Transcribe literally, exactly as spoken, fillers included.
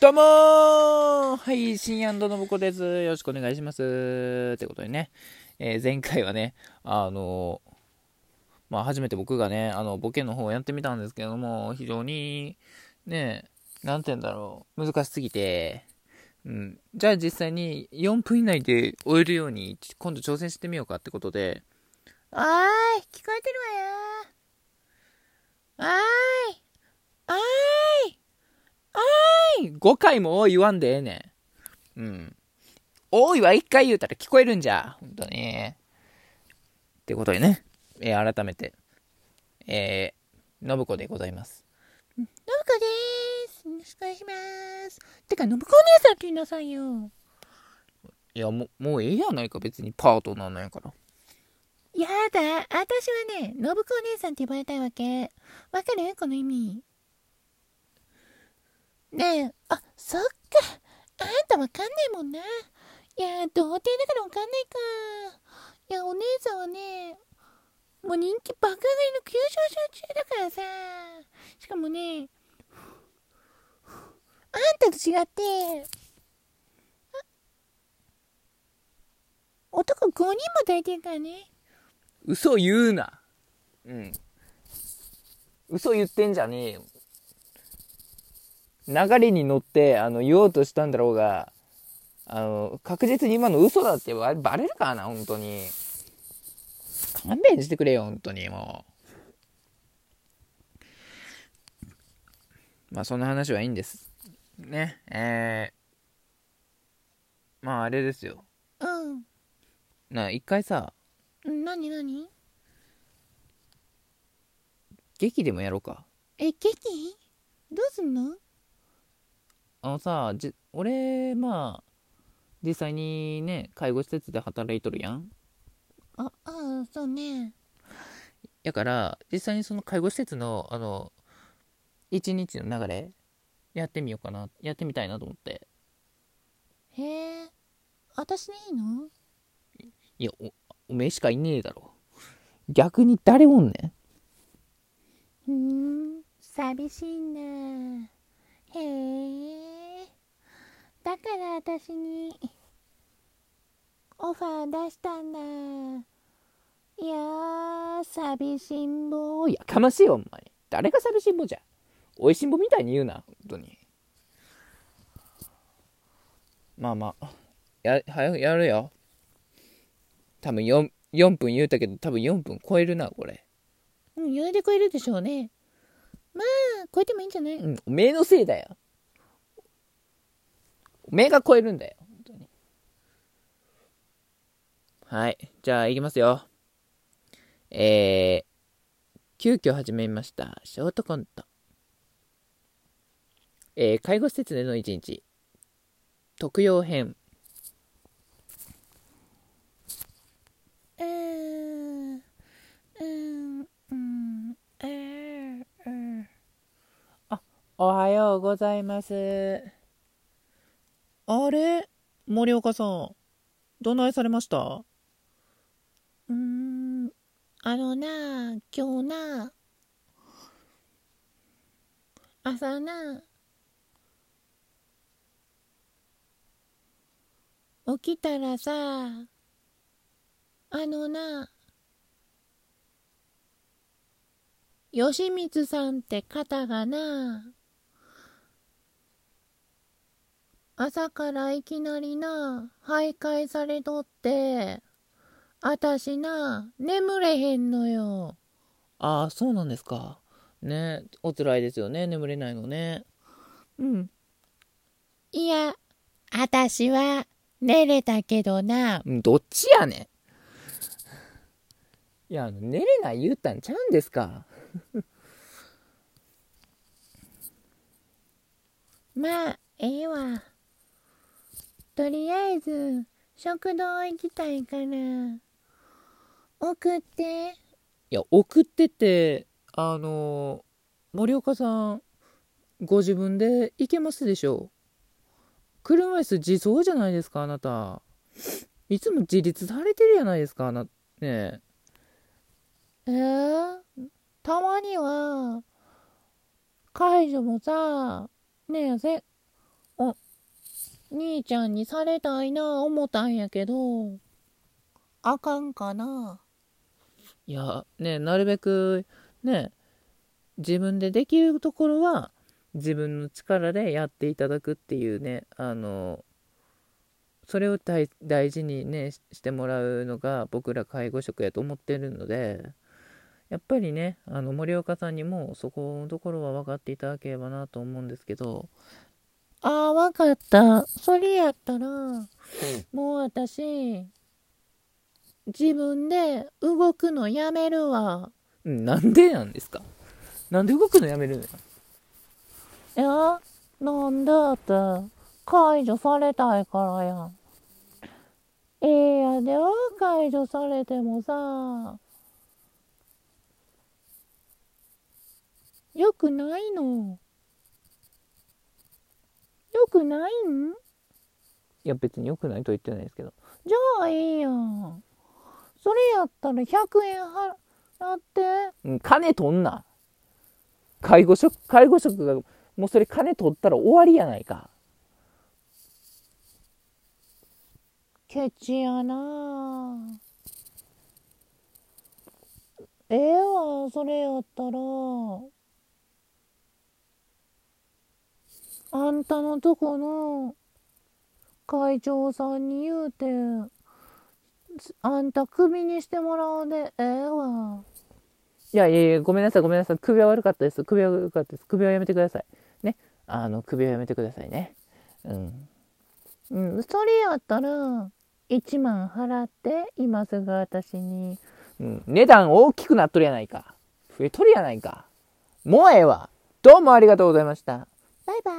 どうもーはい、新安のぶこです。よろしくお願いします。ってことでね、えー前回はね、あのーまあ、初めて僕がね、あの、ボケの方をやってみたんですけども、非常に、ね、なんて言うんだろう、難しすぎて、うん。じゃあ実際によんぷん以内で終えるように、今度挑戦してみようかってことで、おーい、聞こえてるわよー。おーい、おーい、おーい、ごかいも言わんでええねん。うん。多いはいっかい言うたら聞こえるんじゃ。ほんとに。ってことでね、えー改めて、えー、信子でございます。信子でーす。よろしくお願いします。てか、信子お姉さんって言いなさいよ。いや、もう、もうええやないか、別にパートナーなんやから。やだ、私はね、信子お姉さんって呼ばれたいわけ。わかるこの意味。ねえ、あ、そっか。あんたわかんないもんな。いや、童貞だからわかんないか。いや、お姉さんはね、もう人気爆上がりの急上昇中だからさ。しかもね、あんたと違って、男ごにんも抱いてるからね。嘘言うな。うん。嘘言ってんじゃねえよ。流れに乗って、あの、言おうとしたんだろうが、あの、確実に今の嘘だってバレるからな、本当に。勘弁してくれよ、本当に、もう。まあ、そんな話はいいんです。ね、えー、まあ、あれですよ。うん。な、一回さ、なになに劇でもやろうか。え、劇どうすんのあのさ、じ、俺、まあ、実際にね、介護施設で働いとるやん。あ、ああ、そうね。やから、実際にその介護施設の、あの、一日の流れ、やってみようかな、やってみたいなと思って。へえ、私でいいのいや、お、おめえしかいねえだろ。逆に誰おんねん。ふーん、寂しいんだ。へえ、だから私にオファー出したんだ。いやー、寂しんぼ。やかましいよ、お前。誰が寂しんぼじゃ。おいしんぼみたいに言うな、本当に。まあまあ、や、はよ、やるよ。多分よん、よんぷん言うたけど、多分よんぷん超えるな、これ。うん、余裕で超えるでしょうね。まあ、超えてもいいんじゃない？うん、おめえのせいだよ。おめえが超えるんだよ。本当に。はい。じゃあ、いきますよ。えー、急遽始めました。ショートコント。えー、介護施設での一日。特養編。うーん、うーん、うん、えー、うん。あ、おはようございます。あれ森岡さん、どないされました？うーん、あのな、今日な、朝な、起きたらさ、あのな、吉光さんって方がな、朝からいきなりな、徘徊されとって、あたしな、眠れへんのよ。ああ、そうなんですか。ね、お辛いですよね、眠れないのね。うん。いや、あたしは寝れたけどな。どっちやねん。いや、あの寝れない言うたんちゃうんですか。まあ、ええわ。とりあえず、食堂行きたいから、送って。いや、送ってって、あの森岡さん、ご自分で行けますでしょう。車椅子自走じゃないですか、あなた。いつも自立されてるじゃないですか、あな、ねえ。えー、たまには、介助もさ、ねえ、せ、同兄ちゃんにされたいな思ったんやけど、あかんかな。いや、ね、なるべく、ね、自分でできるところは、自分の力でやっていただくっていうね、あの、それを大大事にね、してもらうのが僕ら介護職やと思ってるので、やっぱりね、あの森岡さんにもそこのところは分かっていただければなと思うんですけど、ああ、分かった。それやったら、もう私、自分で動くのやめるわ。なんでなんですか？なんで動くのやめるのや？いや、なんでって、解除されたいからやん。ええやで、解除されてもさ、よくないの。よくないん？いや、別によくないとは言ってないですけど。じゃあいいやん。それやったらひゃくえん払って。うん、金取んな。介護職、介護職が、もうそれ金取ったら終わりやないか。ケチやな。ええわ、それやったら。あんたのとこの会長さんに言うて、あんたクビにしてもらうで、ええわ。いやいやいや、ごめんなさい、ごめんなさい。首は悪かったです。首は悪かったです。首はやめてください。ね。あの、首はやめてくださいね。うん。うん、それやったら、いちまん払って、今すぐ私に。うん、値段大きくなっとるやないか。増えとるやないか。もうええわ。どうもありがとうございました。バイバイ。